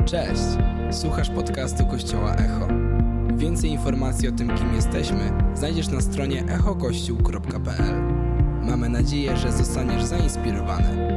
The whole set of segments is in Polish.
Cześć! Słuchasz podcastu Kościoła Echo. Więcej informacji o tym, kim jesteśmy, znajdziesz na stronie echokościół.pl. Mamy nadzieję, że zostaniesz zainspirowany.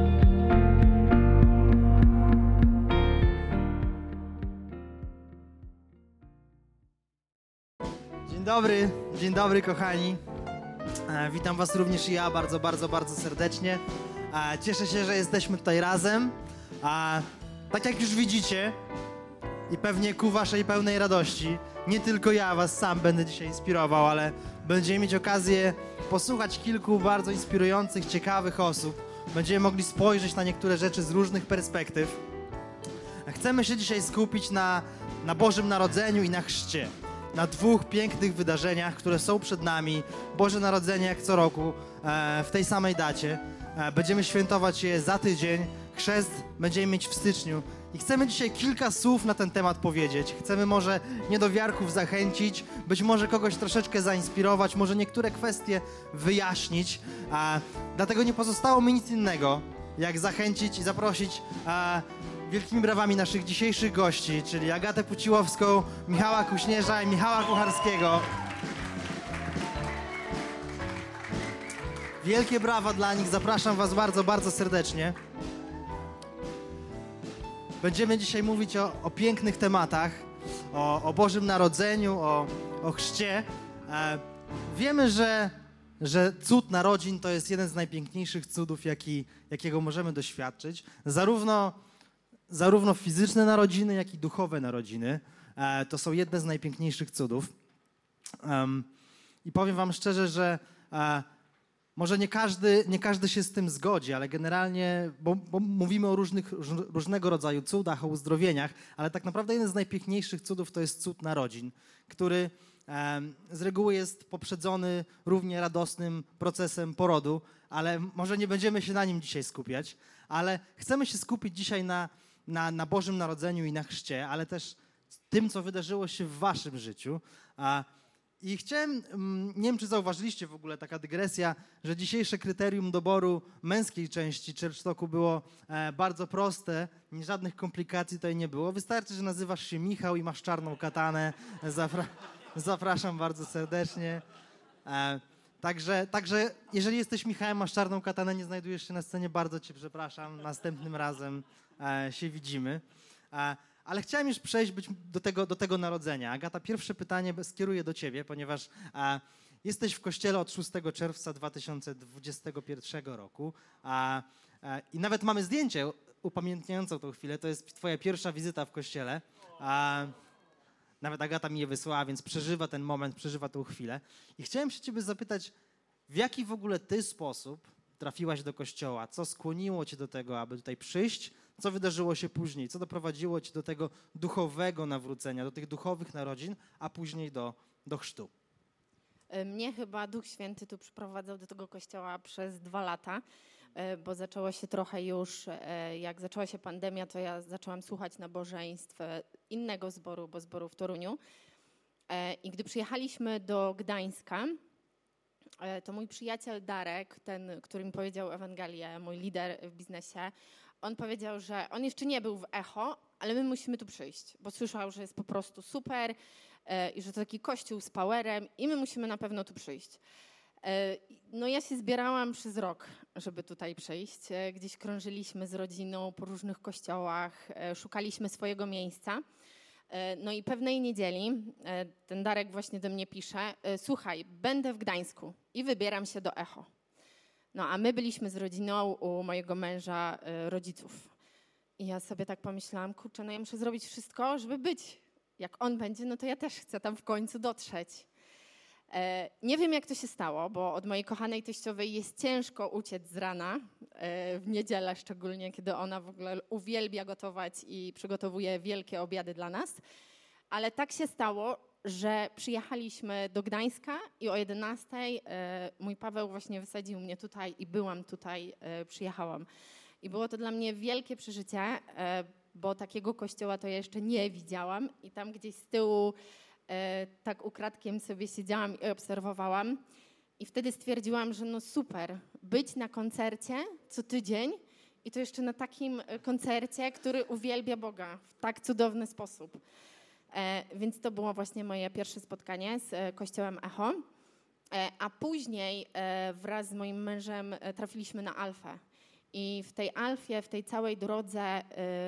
Dzień dobry kochani. Witam was również i ja bardzo serdecznie. Cieszę się, że jesteśmy tutaj razem. Tak jak już widzicie i pewnie ku waszej pełnej radości, nie tylko ja was sam będę dzisiaj inspirował, ale będziemy mieć okazję posłuchać kilku bardzo inspirujących, ciekawych osób. Będziemy mogli spojrzeć na niektóre rzeczy z różnych perspektyw. Chcemy się dzisiaj skupić na Bożym Narodzeniu i na chrzcie. Na dwóch pięknych wydarzeniach, które są przed nami. Boże Narodzenie jak co roku w tej samej dacie. Będziemy świętować je za tydzień. Chrzest będziemy mieć w styczniu. I chcemy dzisiaj kilka słów na ten temat powiedzieć. Chcemy może niedowiarków zachęcić, być może kogoś troszeczkę zainspirować, może niektóre kwestie wyjaśnić. Dlatego nie pozostało mi nic innego, jak zachęcić i zaprosić wielkimi brawami naszych dzisiejszych gości, czyli Agatę Puciłowską, Michała Kuśnierza i Michała Kucharskiego. Wielkie brawa dla nich, zapraszam was bardzo serdecznie. Będziemy dzisiaj mówić o pięknych tematach, o Bożym Narodzeniu, o chrzcie. Wiemy, że cud narodzin to jest jeden z najpiękniejszych cudów, jakiego możemy doświadczyć. Zarówno fizyczne narodziny, jak i duchowe narodziny. To są jedne z najpiękniejszych cudów. I powiem wam szczerze, że może nie każdy się z tym zgodzi, ale generalnie, bo mówimy o różnego rodzaju cudach, o uzdrowieniach, ale tak naprawdę jeden z najpiękniejszych cudów to jest cud narodzin, który z reguły jest poprzedzony równie radosnym procesem porodu, ale może nie będziemy się na nim dzisiaj skupiać, ale chcemy się skupić dzisiaj na Bożym Narodzeniu i na chrzcie, ale też tym, co wydarzyło się w waszym życiu. I chciałem, nie wiem, czy zauważyliście w ogóle, taka dygresja, że dzisiejsze kryterium doboru męskiej części Church Talku było bardzo proste, żadnych komplikacji tutaj nie było. Wystarczy, że nazywasz się Michał i masz czarną katanę. Zapraszam bardzo serdecznie. Także jeżeli jesteś Michałem, masz czarną katanę, nie znajdujesz się na scenie, bardzo cię przepraszam. Następnym razem się widzimy. Ale chciałem już przejść do tego narodzenia. Agata, pierwsze pytanie skieruję do ciebie, ponieważ jesteś w kościele od 6 czerwca 2021 roku i nawet mamy zdjęcie upamiętniające tą chwilę. To jest twoja pierwsza wizyta w kościele. Nawet Agata mi je wysłała, więc przeżywa ten moment, przeżywa tą chwilę. I chciałem się ciebie zapytać, w jaki w ogóle ty sposób trafiłaś do kościoła? Co skłoniło cię do tego, aby tutaj przyjść? Co wydarzyło się później? Co doprowadziło cię do tego duchowego nawrócenia, do tych duchowych narodzin, a później do chrztu? Mnie chyba Duch Święty tu przyprowadzał do tego kościoła przez 2 lata, bo zaczęło się trochę już, jak zaczęła się pandemia, to ja zaczęłam słuchać nabożeństw innego zboru, bo zboru w Toruniu. I gdy przyjechaliśmy do Gdańska, to mój przyjaciel Darek, ten, który mi powiedział Ewangelię, mój lider w biznesie, on powiedział, że on jeszcze nie był w Echo, ale my musimy tu przyjść, bo słyszał, że jest po prostu super i że to taki kościół z powerem i my musimy na pewno tu przyjść. No ja się zbierałam przez rok, żeby tutaj przyjść. Gdzieś krążyliśmy z rodziną po różnych kościołach, szukaliśmy swojego miejsca. No i pewnej niedzieli ten Darek właśnie do mnie pisze: słuchaj, będę w Gdańsku i wybieram się do Echo. No a my byliśmy z rodziną u mojego męża rodziców. I ja sobie tak pomyślałam, kurczę, no ja muszę zrobić wszystko, żeby być. Jak on będzie, no to ja też chcę tam w końcu dotrzeć. Nie wiem, jak to się stało, bo od mojej kochanej teściowej jest ciężko uciec z rana, w niedzielę szczególnie, kiedy ona w ogóle uwielbia gotować i przygotowuje wielkie obiady dla nas. Ale tak się stało, że przyjechaliśmy do Gdańska i o 11:00 mój Paweł właśnie wysadził mnie tutaj i byłam tutaj, przyjechałam. I było to dla mnie wielkie przeżycie, bo takiego kościoła to ja jeszcze nie widziałam i tam gdzieś z tyłu tak ukradkiem sobie siedziałam i obserwowałam. I wtedy stwierdziłam, że no super, być na koncercie co tydzień I to jeszcze na takim koncercie, który uwielbia Boga w tak cudowny sposób. Więc to było właśnie moje pierwsze spotkanie z Kościołem Echo. A później wraz z moim mężem trafiliśmy na Alfę. I w tej Alfie, w tej całej drodze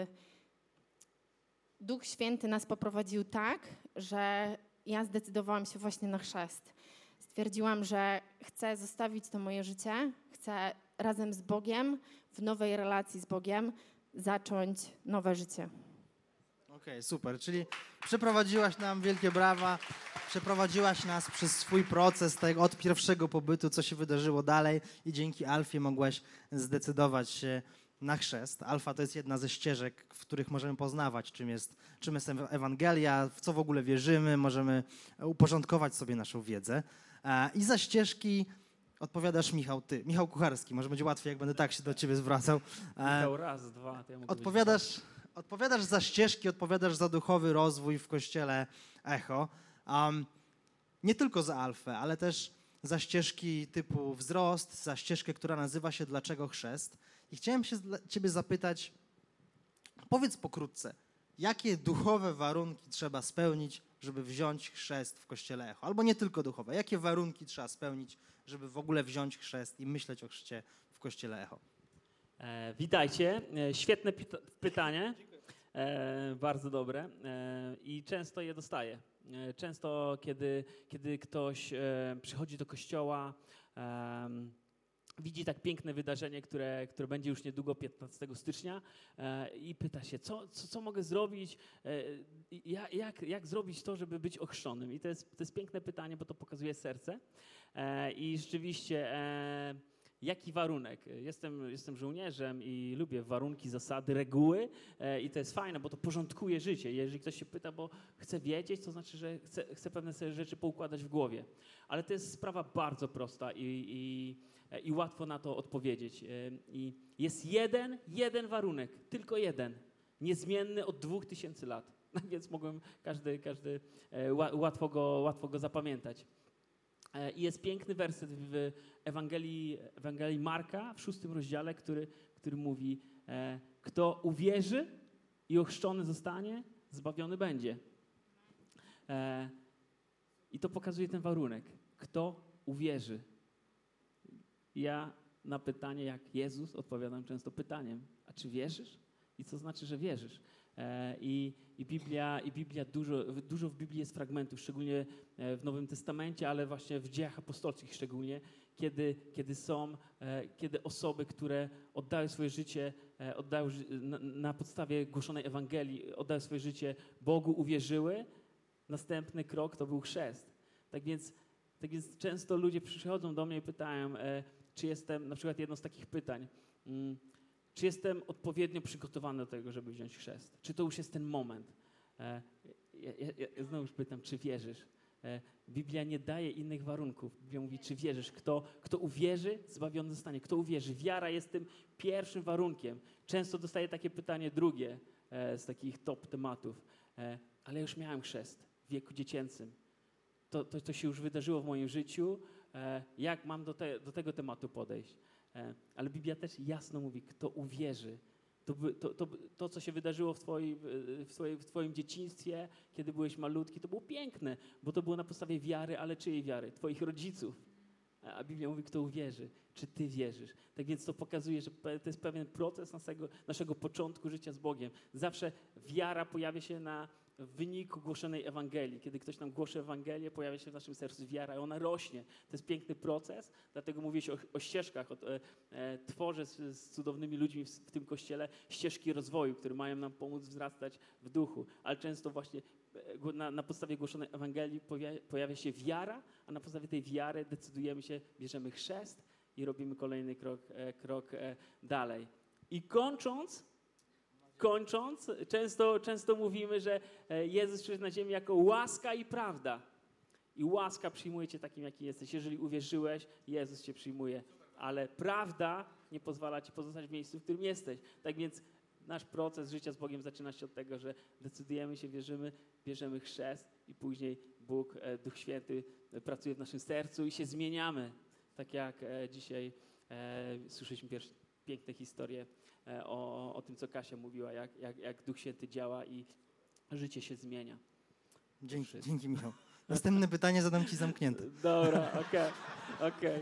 Duch Święty nas poprowadził tak, że ja zdecydowałam się właśnie na chrzest. Stwierdziłam, że chcę zostawić to moje życie, chcę razem z Bogiem, w nowej relacji z Bogiem, zacząć nowe życie. Okej, super, czyli przeprowadziłaś nam, wielkie brawa, przeprowadziłaś nas przez swój proces tego od pierwszego pobytu, co się wydarzyło dalej i dzięki Alfie mogłaś zdecydować się na chrzest. Alfa to jest jedna ze ścieżek, w których możemy poznawać, czym jest Ewangelia, w co w ogóle wierzymy, możemy uporządkować sobie naszą wiedzę. I za ścieżki odpowiadasz Michał, ty. Michał Kucharski, może będzie łatwiej, jak będę tak się do ciebie zwracał. Michał, raz, dwa. To ja mogę Odpowiadasz za ścieżki, odpowiadasz za duchowy rozwój w Kościele Echo. Nie tylko za Alfę, ale też za ścieżki typu wzrost, za ścieżkę, która nazywa się Dlaczego chrzest. I chciałem się ciebie zapytać, powiedz pokrótce, jakie duchowe warunki trzeba spełnić, żeby wziąć chrzest w Kościele Echo? Albo nie tylko duchowe, jakie warunki trzeba spełnić, żeby w ogóle wziąć chrzest i myśleć o chrzcie w Kościele Echo? Witajcie. Świetne pytanie. Bardzo dobre. I często je dostaję. Często, kiedy ktoś przychodzi do kościoła, widzi tak piękne wydarzenie, które będzie już niedługo, 15 stycznia i pyta się, co mogę zrobić, jak zrobić to, żeby być ochrzczonym. I to jest piękne pytanie, bo to pokazuje serce. I rzeczywiście, jaki warunek? Jestem żołnierzem i lubię warunki, zasady, reguły i to jest fajne, bo to porządkuje życie. Jeżeli ktoś się pyta, bo chce wiedzieć, to znaczy, że chce pewne sobie rzeczy poukładać w głowie. Ale to jest sprawa bardzo prosta i łatwo na to odpowiedzieć. I jest jeden warunek, tylko jeden, niezmienny od 2000 lat. Więc mogłem każdy łatwo go zapamiętać. I jest piękny werset w Ewangelii Marka w 6 rozdziale, który mówi, kto uwierzy i ochrzczony zostanie, zbawiony będzie. I to pokazuje ten warunek. Kto uwierzy. Ja na pytanie, jak Jezus, odpowiadam często pytaniem, a czy wierzysz? I co znaczy, że wierzysz? I Biblia dużo w Biblii jest fragmentów, szczególnie w Nowym Testamencie, ale właśnie w Dziejach Apostolskich szczególnie, kiedy osoby, które oddały swoje życie, na podstawie głoszonej Ewangelii, oddały swoje życie Bogu, uwierzyły, następny krok to był chrzest. Tak więc często ludzie przychodzą do mnie i pytają, czy jestem, na przykład jedno z takich pytań, czy jestem odpowiednio przygotowany do tego, żeby wziąć chrzest? Czy to już jest ten moment? Ja znowu już pytam, czy wierzysz? Biblia nie daje innych warunków. Biblia mówi, czy wierzysz? Kto uwierzy, zbawiony zostanie. Kto uwierzy? Wiara jest tym pierwszym warunkiem. Często dostaję takie pytanie drugie z takich top tematów. Ale już miałem chrzest w wieku dziecięcym. To się już wydarzyło w moim życiu. Jak mam do tego tematu podejść? Ale Biblia też jasno mówi, kto uwierzy. To co się wydarzyło w twoim dzieciństwie, kiedy byłeś malutki, to było piękne, bo to było na podstawie wiary, ale czyjej wiary? Twoich rodziców. A Biblia mówi, kto uwierzy. Czy ty wierzysz? Tak więc to pokazuje, że to jest pewien proces naszego początku życia z Bogiem. Zawsze wiara pojawia się w wyniku głoszonej Ewangelii. Kiedy ktoś nam głoszy Ewangelię, pojawia się w naszym sercu wiara i ona rośnie. To jest piękny proces, dlatego mówię się o ścieżkach. Tworzę z cudownymi ludźmi w tym kościele ścieżki rozwoju, które mają nam pomóc wzrastać w duchu. Ale często właśnie na podstawie głoszonej Ewangelii pojawia się wiara, a na podstawie tej wiary decydujemy się, bierzemy chrzest i robimy kolejny krok dalej. I kończąc, często mówimy, że Jezus przyszedł na ziemię jako łaska i prawda. I łaska przyjmuje cię takim, jaki jesteś. Jeżeli uwierzyłeś, Jezus cię przyjmuje. Ale prawda nie pozwala ci pozostać w miejscu, w którym jesteś. Tak więc nasz proces życia z Bogiem zaczyna się od tego, że decydujemy się, wierzymy, bierzemy chrzest i później Bóg, Duch Święty pracuje w naszym sercu i się zmieniamy. Tak jak dzisiaj słyszeliśmy piękne historie o tym, co Kasia mówiła, jak Duch Święty działa i życie się zmienia. Dzięki, Michał. Następne pytanie zadam ci zamknięte. Dobra, okej.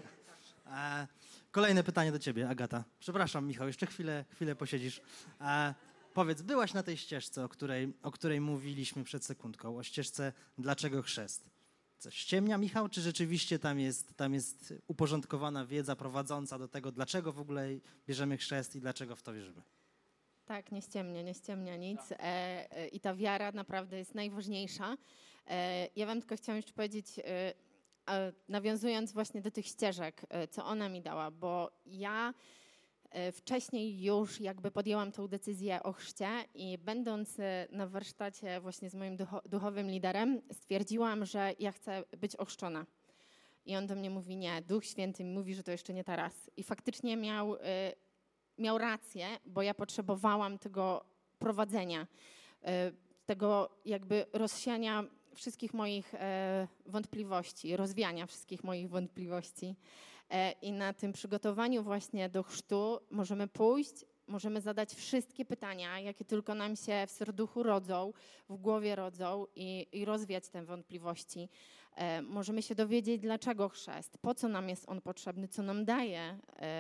Kolejne pytanie do ciebie, Agata. Przepraszam, Michał, jeszcze chwilę posiedzisz. Powiedz, byłaś na tej ścieżce, o której mówiliśmy przed sekundką, o ścieżce Dlaczego chrzest? Coś ściemnia, Michał, czy rzeczywiście tam jest uporządkowana wiedza prowadząca do tego, dlaczego w ogóle bierzemy chrzest i dlaczego w to wierzymy? Tak, nie ściemnia nic. I ta wiara naprawdę jest najważniejsza. Ja wam tylko chciałam jeszcze powiedzieć, nawiązując właśnie do tych ścieżek, co ona mi dała, bo ja wcześniej już jakby podjęłam tą decyzję o chrzcie i będąc na warsztacie właśnie z moim duchowym liderem, stwierdziłam, że ja chcę być ochrzczona. I on do mnie mówi, nie, Duch Święty mi mówi, że to jeszcze nie teraz. I faktycznie miał rację, bo ja potrzebowałam tego prowadzenia, tego jakby rozsiania wszystkich moich wątpliwości, rozwiania wszystkich moich wątpliwości. I na tym przygotowaniu właśnie do chrztu możemy pójść, możemy zadać wszystkie pytania, jakie tylko nam się w serduchu rodzą, w głowie rodzą i rozwiać te wątpliwości. Możemy się dowiedzieć, dlaczego chrzest, po co nam jest on potrzebny, co nam daje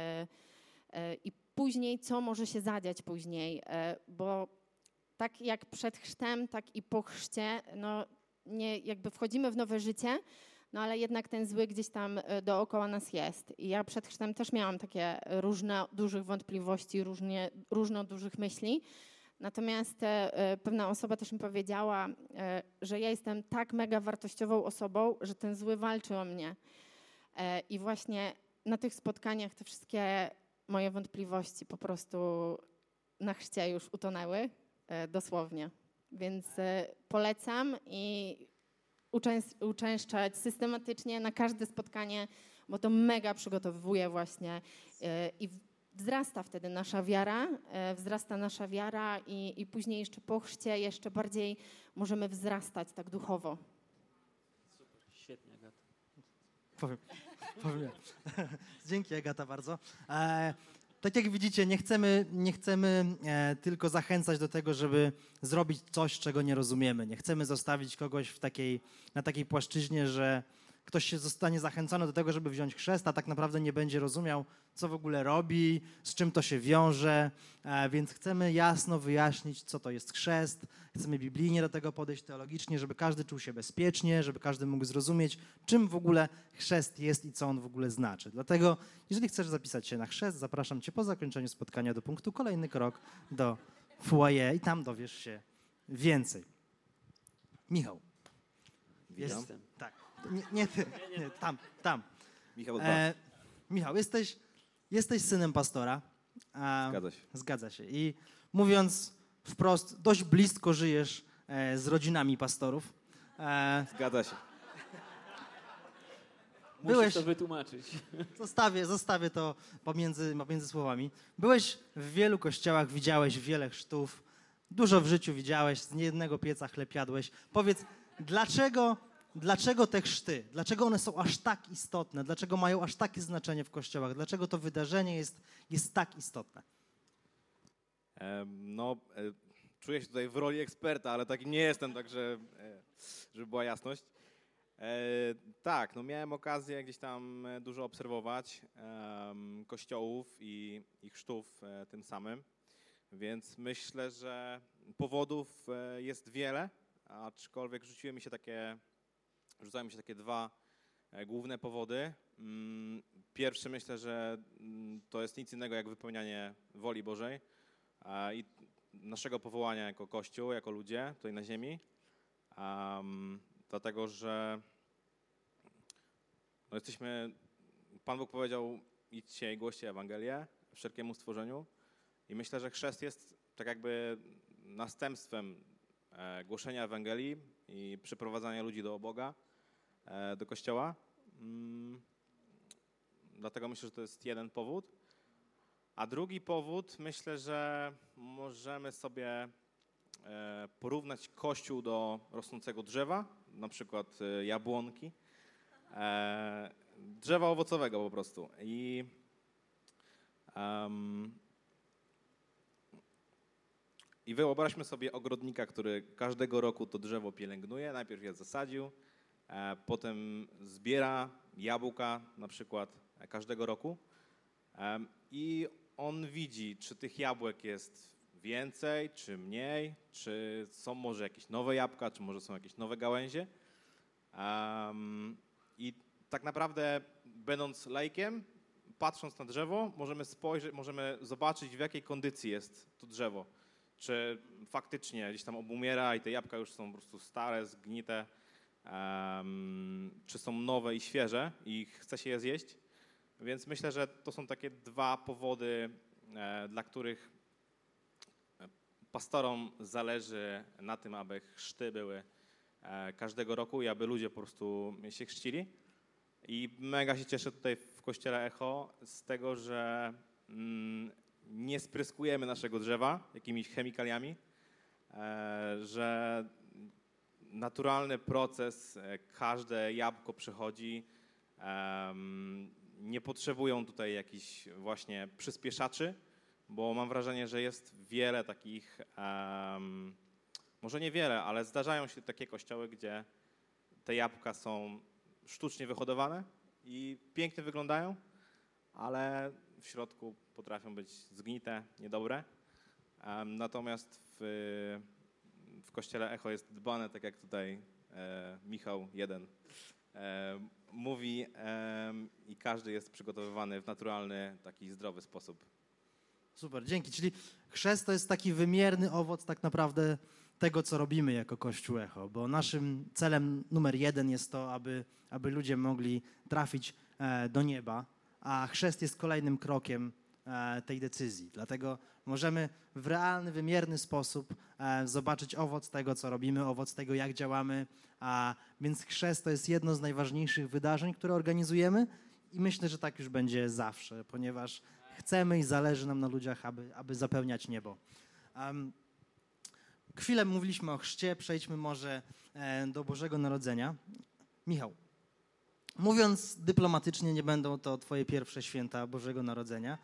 i później, co może się zadziać później, bo tak jak przed chrztem, tak i po chrzcie, no nie, jakby wchodzimy w nowe życie, no ale jednak ten zły gdzieś tam dookoła nas jest. I ja przed chrztem też miałam takie różne dużych wątpliwości, różno dużych myśli. Natomiast pewna osoba też mi powiedziała, że ja jestem tak mega wartościową osobą, że ten zły walczy o mnie. I właśnie na tych spotkaniach te wszystkie moje wątpliwości po prostu na chrzcie już utonęły, dosłownie. Więc polecam i uczęszczać systematycznie na każde spotkanie, bo to mega przygotowuje właśnie i wzrasta wtedy nasza wiara i później jeszcze po chrzcie jeszcze bardziej możemy wzrastać tak duchowo. Super, świetnie, Agata. Powiem. Dzięki, Agata, bardzo. Tak jak widzicie, nie chcemy tylko zachęcać do tego, żeby zrobić coś, czego nie rozumiemy. Nie chcemy zostawić kogoś na takiej płaszczyźnie, że ktoś się zostanie zachęcony do tego, żeby wziąć chrzest, a tak naprawdę nie będzie rozumiał, co w ogóle robi, z czym to się wiąże. Więc chcemy jasno wyjaśnić, co to jest chrzest. Chcemy biblijnie do tego podejść, teologicznie, żeby każdy czuł się bezpiecznie, żeby każdy mógł zrozumieć, czym w ogóle chrzest jest i co on w ogóle znaczy. Dlatego, jeżeli chcesz zapisać się na chrzest, zapraszam cię po zakończeniu spotkania do punktu Kolejny Krok do foyer i tam dowiesz się więcej. Michał. Jestem. Tak. Nie ty. Nie, tam. Michał, Michał, jesteś synem pastora. Zgadza się. Zgadza się. I mówiąc wprost, dość blisko żyjesz z rodzinami pastorów. Zgadza się. Musisz to wytłumaczyć. Zostawię to pomiędzy słowami. Byłeś w wielu kościołach, widziałeś wiele chrztów, dużo w życiu widziałeś, z niejednego pieca chleb jadłeś. Powiedz, dlaczego te chrzty, dlaczego one są aż tak istotne, dlaczego mają aż takie znaczenie w kościołach, dlaczego to wydarzenie jest tak istotne? Czuję się tutaj w roli eksperta, ale takim nie jestem, także żeby była jasność. Tak, miałem okazję gdzieś tam dużo obserwować kościołów i chrztów tym samym, więc myślę, że powodów jest wiele, aczkolwiek rzucały mi się takie dwa główne powody. Pierwszy, myślę, że to jest nic innego jak wypełnianie woli Bożej i naszego powołania jako Kościół, jako ludzie tutaj na ziemi. Dlatego, że Pan Bóg powiedział, idźcie i głoście Ewangelię wszelkiemu stworzeniu i myślę, że chrzest jest tak jakby następstwem głoszenia Ewangelii i przyprowadzania ludzi do Boga, do Kościoła. Dlatego myślę, że to jest jeden powód. A drugi powód, myślę, że możemy sobie porównać Kościół do rosnącego drzewa, na przykład jabłonki, drzewa owocowego po prostu. I I wyobraźmy sobie ogrodnika, który każdego roku to drzewo pielęgnuje. Najpierw je zasadził, potem zbiera jabłka na przykład każdego roku i on widzi, czy tych jabłek jest więcej, czy mniej, czy są może jakieś nowe jabłka, czy może są jakieś nowe gałęzie. I tak naprawdę, będąc laikiem, patrząc na drzewo, możemy zobaczyć, w jakiej kondycji jest to drzewo. Czy faktycznie gdzieś tam obumiera i te jabłka już są po prostu stare, zgnite, czy są nowe i świeże i chce się je zjeść. Więc myślę, że to są takie dwa powody, dla których pastorom zależy na tym, aby chrzty były każdego roku i aby ludzie po prostu się chrzcili. I mega się cieszę tutaj w Kościele Echo z tego, że nie spryskujemy naszego drzewa jakimiś chemikaliami, że naturalny proces każde jabłko przechodzi. Nie potrzebują tutaj jakichś właśnie przyspieszaczy, bo mam wrażenie, że jest wiele takich, może niewiele, ale zdarzają się takie kościoły, gdzie te jabłka są sztucznie wyhodowane i pięknie wyglądają, ale w środku potrafią być zgnite, niedobre. Natomiast w Kościele Echo jest dbane, tak jak tutaj Michał 1 mówi, i każdy jest przygotowywany w naturalny, taki zdrowy sposób. Super, dzięki. Czyli chrzest to jest taki wymierny owoc tak naprawdę tego, co robimy jako Kościół Echo, bo naszym celem numer 1 jest to, aby ludzie mogli trafić do nieba, a chrzest jest kolejnym krokiem tej decyzji. Dlatego możemy w realny, wymierny sposób zobaczyć owoc tego, co robimy, owoc tego, jak działamy, więc chrzest to jest jedno z najważniejszych wydarzeń, które organizujemy i myślę, że tak już będzie zawsze, ponieważ chcemy i zależy nam na ludziach, aby zapełniać niebo. Chwilę mówiliśmy o chrzcie, przejdźmy może do Bożego Narodzenia. Michał, mówiąc dyplomatycznie, nie będą to twoje pierwsze święta Bożego Narodzenia.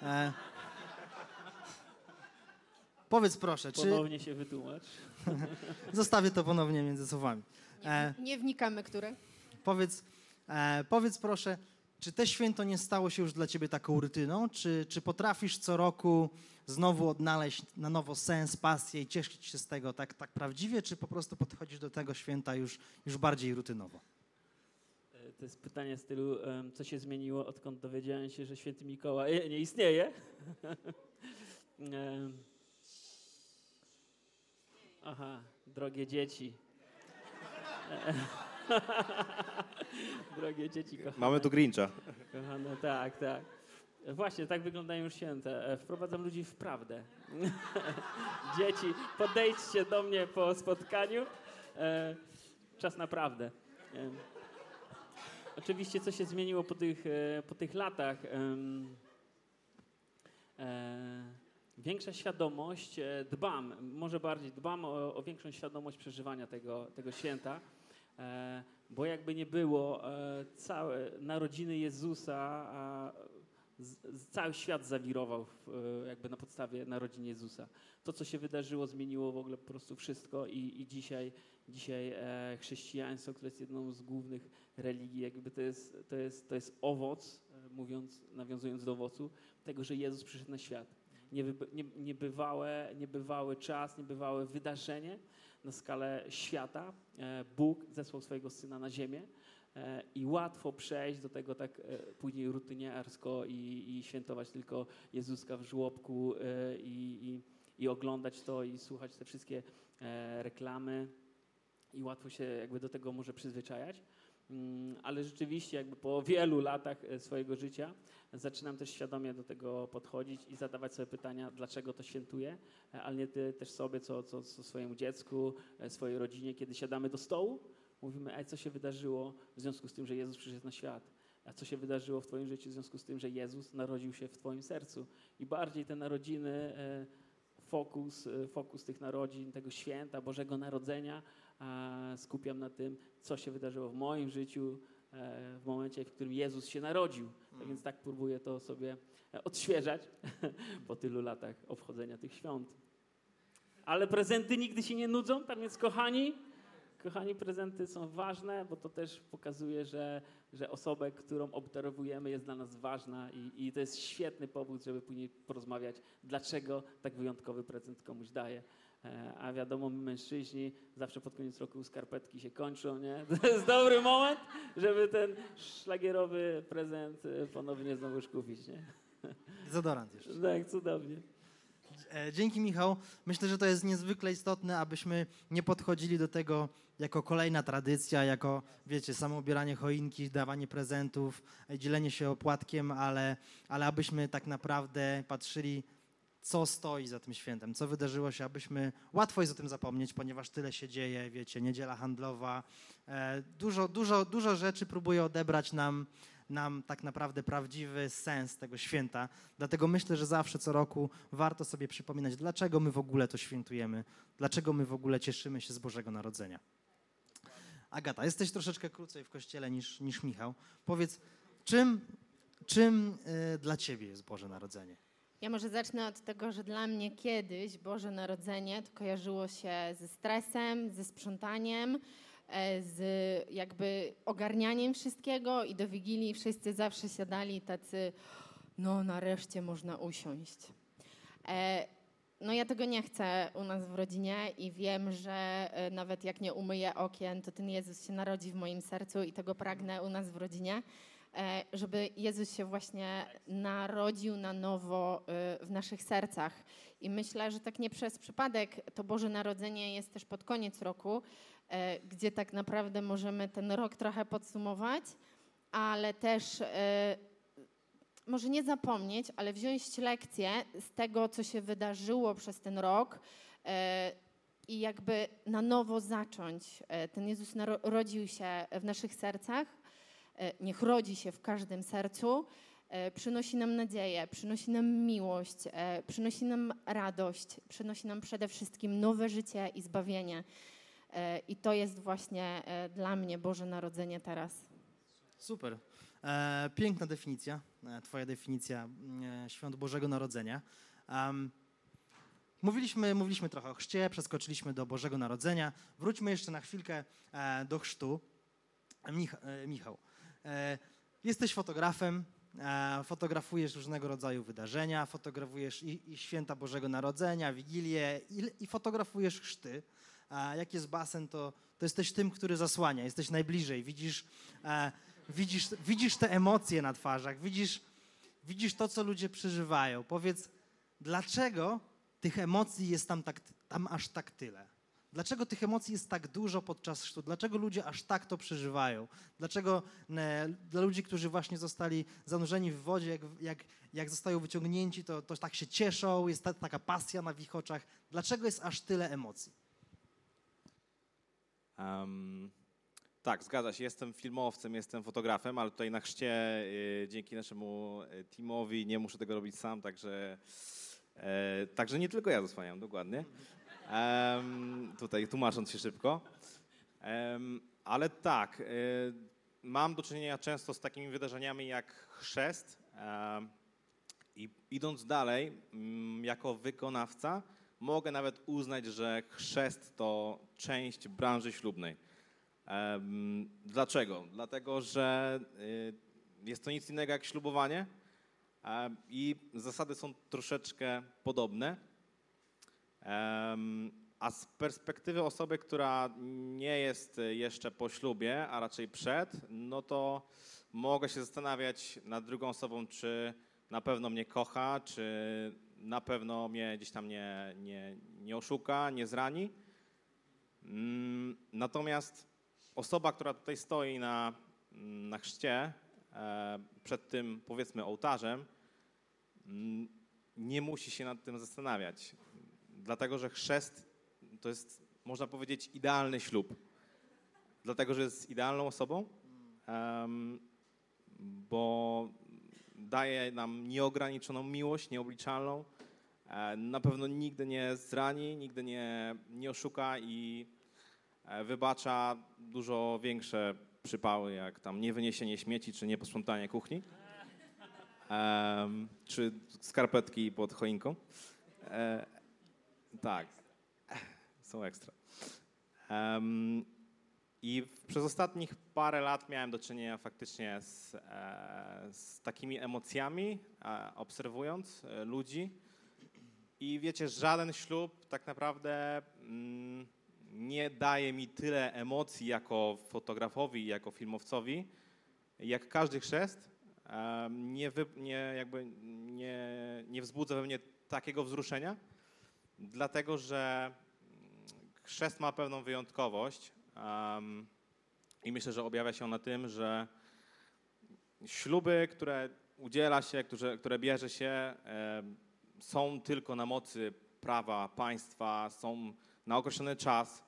Powiedz proszę, czy... Ponownie się wytłumacz. Zostawię to ponownie między słowami. Nie wnikamy, które. Powiedz proszę, czy te święto nie stało się już dla ciebie taką rutyną? Czy potrafisz co roku znowu odnaleźć na nowo sens, pasję i cieszyć się z tego tak prawdziwie, czy po prostu podchodzisz do tego święta już bardziej rutynowo? To jest pytanie w stylu, co się zmieniło, odkąd dowiedziałem się, że święty Mikołaj nie istnieje. Aha, drogie dzieci. Drogie dzieci, kochane. Mamy tu Grincha. Kochane, tak. Właśnie, tak wyglądają już święta. Wprowadzam ludzi w prawdę. Dzieci, podejdźcie do mnie po spotkaniu. Czas na prawdę. Oczywiście, co się zmieniło po tych latach? Większa świadomość, może bardziej dbam o większą świadomość przeżywania tego święta, bo jakby nie było, całe narodziny Jezusa, cały świat zawirował jakby na podstawie narodzin Jezusa. To, co się wydarzyło, zmieniło w ogóle po prostu wszystko i dzisiaj chrześcijaństwo, które jest jedną z głównych religii, jakby to jest owoc, nawiązując do owocu, tego, że Jezus przyszedł na świat. Niebywały czas, niebywałe wydarzenie na skalę świata. Bóg zesłał swojego Syna na ziemię i łatwo przejść do tego tak później rutyniarsko i świętować tylko Jezuska w żłobku i oglądać to i słuchać te wszystkie reklamy i łatwo się jakby do tego może przyzwyczajać. Ale rzeczywiście jakby po wielu latach swojego życia zaczynam też świadomie do tego podchodzić i zadawać sobie pytania, dlaczego to świętuję, ale nie też sobie, co swojemu dziecku, swojej rodzinie, kiedy siadamy do stołu, mówimy, co się wydarzyło w związku z tym, że Jezus przyszedł na świat, a co się wydarzyło w twoim życiu w związku z tym, że Jezus narodził się w twoim sercu. I bardziej te narodziny, fokus tych narodzin, tego święta, Bożego Narodzenia skupiam na tym, co się wydarzyło w moim życiu w momencie, w którym Jezus się narodził. Tak więc tak próbuję to sobie odświeżać po tylu latach obchodzenia tych świąt. Ale prezenty nigdy się nie nudzą, tak więc kochani, prezenty są ważne, bo to też pokazuje, że osobę, którą obdarowujemy, jest dla nas ważna i to jest świetny powód, żeby później porozmawiać, dlaczego tak wyjątkowy prezent komuś daje. A wiadomo, my mężczyźni zawsze pod koniec roku skarpetki się kończą, nie? To jest dobry moment, żeby ten szlagierowy prezent ponownie znowuż kupić, nie? Dezodorant jeszcze. Tak, cudownie. Dzięki, Michał. Myślę, że to jest niezwykle istotne, abyśmy nie podchodzili do tego jako kolejna tradycja, jako, wiecie, samo ubieranie choinki, dawanie prezentów, dzielenie się opłatkiem, ale abyśmy tak naprawdę patrzyli, co stoi za tym świętem, co wydarzyło się, abyśmy... Łatwo jest o tym zapomnieć, ponieważ tyle się dzieje, wiecie, niedziela handlowa. Dużo rzeczy próbuje odebrać nam tak naprawdę prawdziwy sens tego święta. Dlatego myślę, że zawsze co roku warto sobie przypominać, dlaczego my w ogóle to świętujemy, dlaczego my w ogóle cieszymy się z Bożego Narodzenia. Agata, jesteś troszeczkę krócej w kościele niż Michał. Powiedz, czym dla ciebie jest Boże Narodzenie? Ja może zacznę od tego, że dla mnie kiedyś Boże Narodzenie to kojarzyło się ze stresem, ze sprzątaniem, z jakby ogarnianiem wszystkiego i do Wigilii wszyscy zawsze siadali tacy, no nareszcie można usiąść. No ja tego nie chcę u nas w rodzinie i wiem, że nawet jak nie umyję okien, to ten Jezus się narodzi w moim sercu i tego pragnę u nas w rodzinie, żeby Jezus się właśnie narodził na nowo w naszych sercach. I myślę, że tak nie przez przypadek to Boże Narodzenie jest też pod koniec roku, gdzie tak naprawdę możemy ten rok trochę podsumować, ale też może nie zapomnieć, ale wziąć lekcje z tego, co się wydarzyło przez ten rok i jakby na nowo zacząć. Ten Jezus rodził się w naszych sercach, niech rodzi się w każdym sercu, przynosi nam nadzieję, przynosi nam miłość, przynosi nam radość, przynosi nam przede wszystkim nowe życie i zbawienie. I to jest właśnie dla mnie Boże Narodzenie teraz. Super. Piękna definicja, twoja definicja świąt Bożego Narodzenia. Mówiliśmy trochę o chrzcie, przeskoczyliśmy do Bożego Narodzenia. Wróćmy jeszcze na chwilkę do chrztu. Michał, jesteś fotografem, fotografujesz różnego rodzaju wydarzenia, fotografujesz i święta Bożego Narodzenia, Wigilię i fotografujesz chrzty. Jak jest basen, to jesteś tym, który zasłania, jesteś najbliżej, widzisz te emocje na twarzach, widzisz to, co ludzie przeżywają. Powiedz, dlaczego tych emocji jest tam aż tak tyle? Dlaczego tych emocji jest tak dużo podczas chrztu? Dlaczego ludzie aż tak to przeżywają? Dlaczego dla ludzi, którzy właśnie zostali zanurzeni w wodzie, jak zostają wyciągnięci, to tak się cieszą, jest taka pasja na ich oczach. Dlaczego jest aż tyle emocji? Tak, zgadza się. Jestem filmowcem, jestem fotografem, ale tutaj na chrzcie dzięki naszemu teamowi nie muszę tego robić sam, także nie tylko ja zasłaniam, dokładnie. Tutaj tłumacząc się szybko. Ale tak, mam do czynienia często z takimi wydarzeniami jak chrzest i idąc dalej, jako wykonawca mogę nawet uznać, że chrzest to część branży ślubnej. Dlaczego? Dlatego, że jest to nic innego jak ślubowanie i zasady są troszeczkę podobne. A z perspektywy osoby, która nie jest jeszcze po ślubie, a raczej przed, no to mogę się zastanawiać nad drugą osobą, czy na pewno mnie kocha, czy na pewno mnie gdzieś tam nie oszuka, nie zrani. Natomiast osoba, która tutaj stoi na chrzcie, przed tym, powiedzmy, ołtarzem, nie musi się nad tym zastanawiać. Dlatego, że chrzest to jest, można powiedzieć, idealny ślub. Dlatego, że jest idealną osobą, bo daje nam nieograniczoną miłość, nieobliczalną. Na pewno nigdy nie zrani, nigdy nie oszuka i wybacza dużo większe przypały, jak tam niewyniesienie śmieci, czy nieposprzątanie kuchni, czy skarpetki pod choinką. Tak. są ekstra. I przez ostatnich parę lat miałem do czynienia faktycznie z takimi emocjami, obserwując ludzi. I wiecie, żaden ślub tak naprawdę nie daje mi tyle emocji jako fotografowi, jako filmowcowi, jak każdy chrzest. Nie wzbudza we mnie takiego wzruszenia, dlatego że chrzest ma pewną wyjątkowość i myślę, że objawia się na tym, że śluby, które udziela się, które bierze się, są tylko na mocy prawa państwa, są na określony czas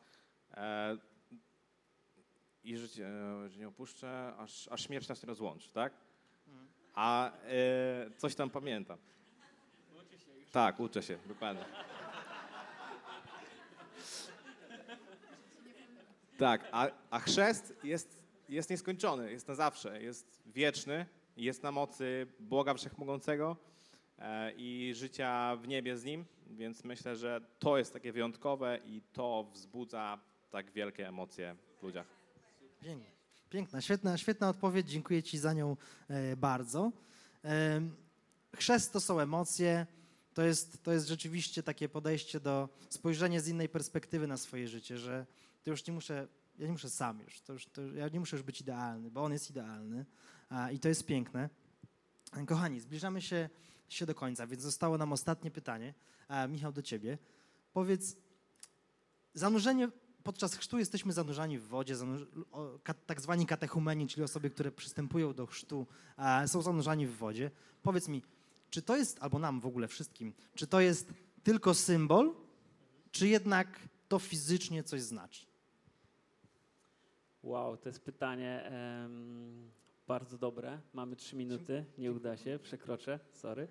i życie nie opuszczę, aż śmierć nas nie rozłączy, tak? A coś tam pamiętam. Tak, uczę się, dokładnie. Tak, a chrzest jest nieskończony, jest na zawsze, jest wieczny, jest na mocy Boga Wszechmogącego i życia w niebie z Nim, więc myślę, że to jest takie wyjątkowe i to wzbudza tak wielkie emocje w ludziach. Piękna, świetna odpowiedź, dziękuję Ci za nią bardzo. Chrzest to są emocje, to jest rzeczywiście takie podejście do spojrzenia z innej perspektywy na swoje życie, że to już ja nie muszę sam już, ja nie muszę już być idealny, bo On jest idealny i to jest piękne. Kochani, zbliżamy się do końca, więc zostało nam ostatnie pytanie. Michał, do Ciebie. Powiedz, podczas chrztu jesteśmy zanurzani w wodzie, tak zwani katechumeni, czyli osoby, które przystępują do chrztu, są zanurzani w wodzie. Powiedz mi, czy to jest, albo nam w ogóle wszystkim, czy to jest tylko symbol, czy jednak to fizycznie coś znaczy? Wow, to jest pytanie bardzo dobre. Mamy 3 minuty, nie uda się, przekroczę, sorry.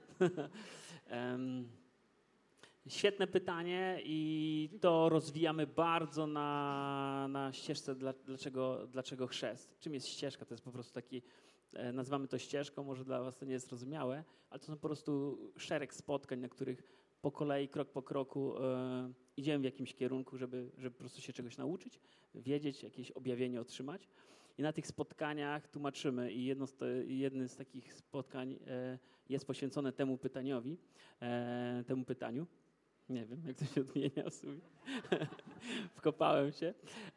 Świetne pytanie i to rozwijamy bardzo na ścieżce dlaczego chrzest. Czym jest ścieżka? To jest po prostu taki, nazywamy to ścieżką, może dla was to nie jest zrozumiałe, ale to są po prostu szereg spotkań, na których po kolei, krok po kroku idziemy w jakimś kierunku, żeby po prostu się czegoś nauczyć, wiedzieć, jakieś objawienie otrzymać. I na tych spotkaniach tłumaczymy i jedno z takich spotkań jest poświęcone temu pytaniu. Nie wiem, jak to się odmienia w sumie. Wkopałem się.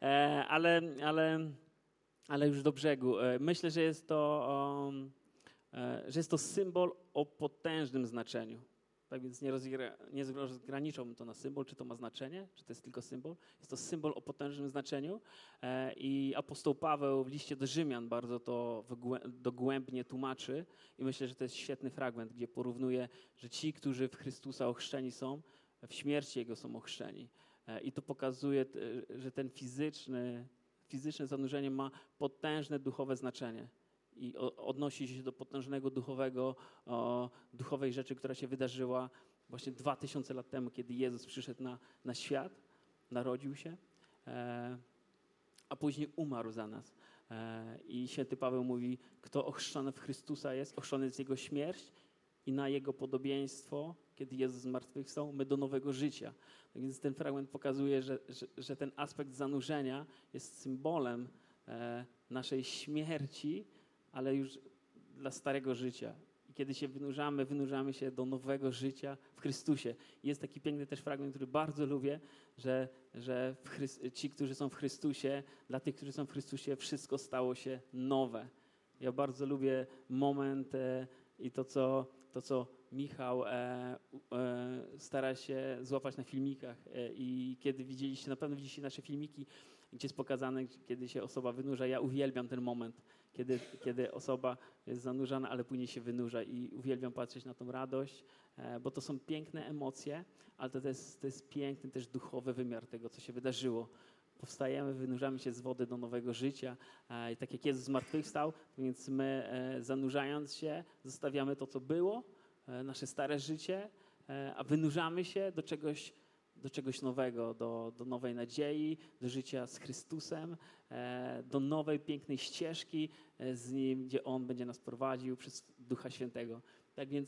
Ale już do brzegu. Myślę, że jest to symbol o potężnym znaczeniu. Tak więc nie rozgraniczałbym to na symbol, czy to ma znaczenie, czy to jest tylko symbol. Jest to symbol o potężnym znaczeniu i apostoł Paweł w liście do Rzymian bardzo to dogłębnie tłumaczy i myślę, że to jest świetny fragment, gdzie porównuje, że ci, którzy w Chrystusa ochrzczeni są, w śmierci Jego są ochrzczeni. I to pokazuje, że ten fizyczne zanurzenie ma potężne duchowe znaczenie. I odnosi się do potężnego duchowej rzeczy, która się wydarzyła właśnie 2000 lat temu, kiedy Jezus przyszedł na świat, narodził się, a później umarł za nas. I święty Paweł mówi, kto ochrzczony w Chrystusa jest, ochrzczony jest Jego śmierć i na Jego podobieństwo, kiedy Jezus zmartwychwstał, my do nowego życia. Tak więc ten fragment pokazuje, że ten aspekt zanurzenia jest symbolem naszej śmierci, ale już dla starego życia. I kiedy się wynurzamy się do nowego życia w Chrystusie. Jest taki piękny też fragment, który bardzo lubię, że ci, którzy są w Chrystusie, dla tych, którzy są w Chrystusie, wszystko stało się nowe. Ja bardzo lubię moment i to, co Michał stara się złapać na filmikach. I kiedy na pewno widzieliście nasze filmiki, gdzie jest pokazane, kiedy się osoba wynurza. Ja uwielbiam ten moment, kiedy osoba jest zanurzana, ale później się wynurza i uwielbiam patrzeć na tą radość, bo to są piękne emocje, ale to jest piękny też duchowy wymiar tego, co się wydarzyło. Powstajemy, wynurzamy się z wody do nowego życia i tak jak Jezus zmartwychwstał, więc my zanurzając się zostawiamy to, co było, nasze stare życie, a wynurzamy się do czegoś nowego, do nowej nadziei, do życia z Chrystusem, do nowej, pięknej ścieżki z Nim, gdzie On będzie nas prowadził przez Ducha Świętego. Tak więc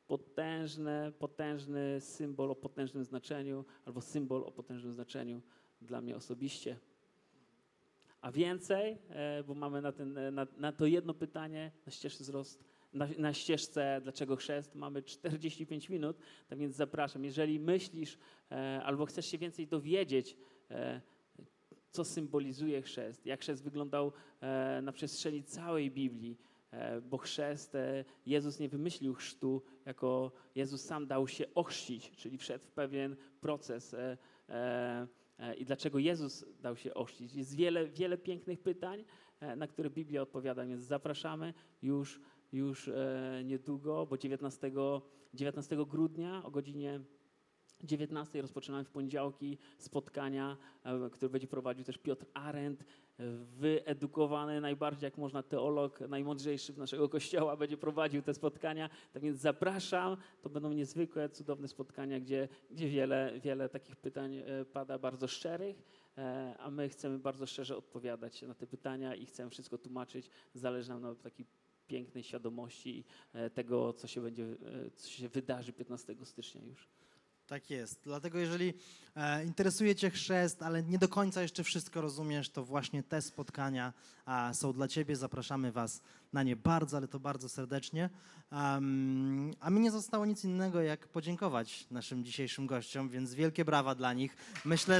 potężny symbol o potężnym znaczeniu, albo symbol o potężnym znaczeniu dla mnie osobiście. A więcej, bo mamy na to jedno pytanie na ścieżce Dlaczego chrzest mamy 45 minut, tak więc zapraszam. Jeżeli myślisz albo chcesz się więcej dowiedzieć, co symbolizuje chrzest, jak chrzest wyglądał na przestrzeni całej Biblii, bo chrzest, Jezus nie wymyślił chrztu, jako Jezus sam dał się ochrzcić, czyli wszedł w pewien proces. I dlaczego Jezus dał się ochrzcić? Jest wiele pięknych pytań, na które Biblia odpowiada, więc zapraszamy już niedługo, bo 19 grudnia o godzinie 19 rozpoczynamy w poniedziałki spotkania, które będzie prowadził też Piotr Arendt, wyedukowany najbardziej jak można teolog, najmądrzejszy w naszego Kościoła będzie prowadził te spotkania. Tak więc zapraszam, to będą niezwykłe, cudowne spotkania, gdzie wiele takich pytań pada bardzo szczerych, a my chcemy bardzo szczerze odpowiadać na te pytania i chcemy wszystko tłumaczyć. Zależy nam na takiej pięknej świadomości tego, co się wydarzy 15 stycznia już. Tak jest. Dlatego jeżeli interesuje cię chrzest, ale nie do końca jeszcze wszystko rozumiesz, to właśnie te spotkania są dla ciebie. Zapraszamy was na nie bardzo, ale to bardzo serdecznie. A mi nie zostało nic innego, jak podziękować naszym dzisiejszym gościom, więc wielkie brawa dla nich. Myślę,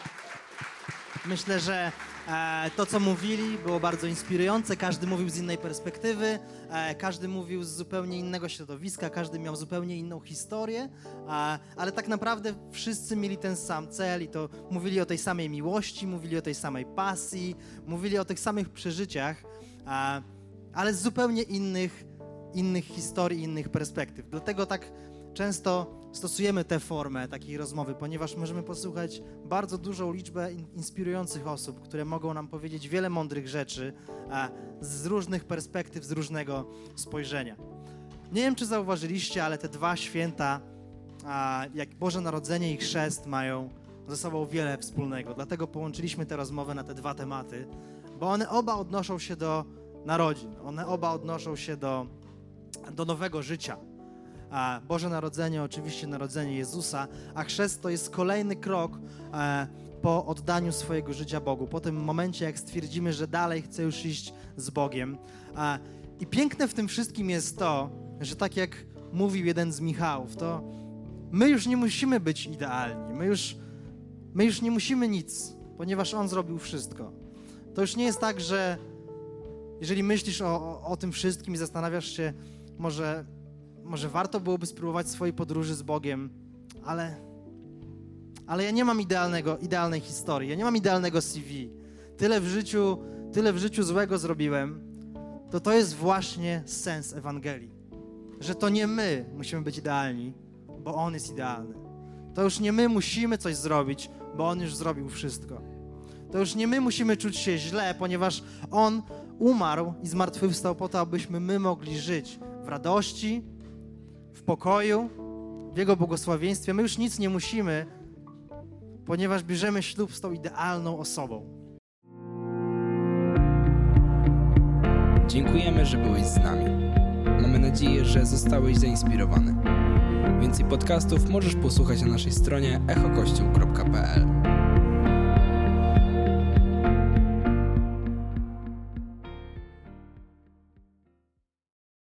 że to, co mówili, było bardzo inspirujące. Każdy mówił z innej perspektywy, każdy mówił z zupełnie innego środowiska, każdy miał zupełnie inną historię, ale tak naprawdę wszyscy mieli ten sam cel i to mówili o tej samej miłości, mówili o tej samej pasji, mówili o tych samych przeżyciach, ale z zupełnie innych historii, innych perspektyw. Dlatego tak często stosujemy tę formę takiej rozmowy, ponieważ możemy posłuchać bardzo dużą liczbę inspirujących osób, które mogą nam powiedzieć wiele mądrych rzeczy z różnych perspektyw, z różnego spojrzenia. Nie wiem, czy zauważyliście, ale te dwa święta, jak Boże Narodzenie i Chrzest, mają ze sobą wiele wspólnego. Dlatego połączyliśmy tę rozmowę na te dwa tematy, bo one oba odnoszą się do narodzin. One oba odnoszą się do nowego życia. Boże Narodzenie, oczywiście narodzenie Jezusa, a chrzest to jest kolejny krok po oddaniu swojego życia Bogu, po tym momencie, jak stwierdzimy, że dalej chcę już iść z Bogiem. I piękne w tym wszystkim jest to, że tak jak mówił jeden z Michałów, to my już nie musimy być idealni, my już nie musimy nic, ponieważ On zrobił wszystko. To już nie jest tak, że jeżeli myślisz o tym wszystkim i zastanawiasz się, może warto byłoby spróbować swojej podróży z Bogiem, ale ja nie mam idealnej historii, ja nie mam idealnego CV. Tyle w życiu złego zrobiłem, to jest właśnie sens Ewangelii. Że to nie my musimy być idealni, bo On jest idealny. To już nie my musimy coś zrobić, bo On już zrobił wszystko. To już nie my musimy czuć się źle, ponieważ On umarł i zmartwychwstał po to, abyśmy my mogli żyć w radości, w pokoju, w Jego błogosławieństwie. My już nic nie musimy, ponieważ bierzemy ślub z tą idealną osobą. Dziękujemy, że byłeś z nami. Mamy nadzieję, że zostałeś zainspirowany. Więcej podcastów możesz posłuchać na naszej stronie echokościół.pl.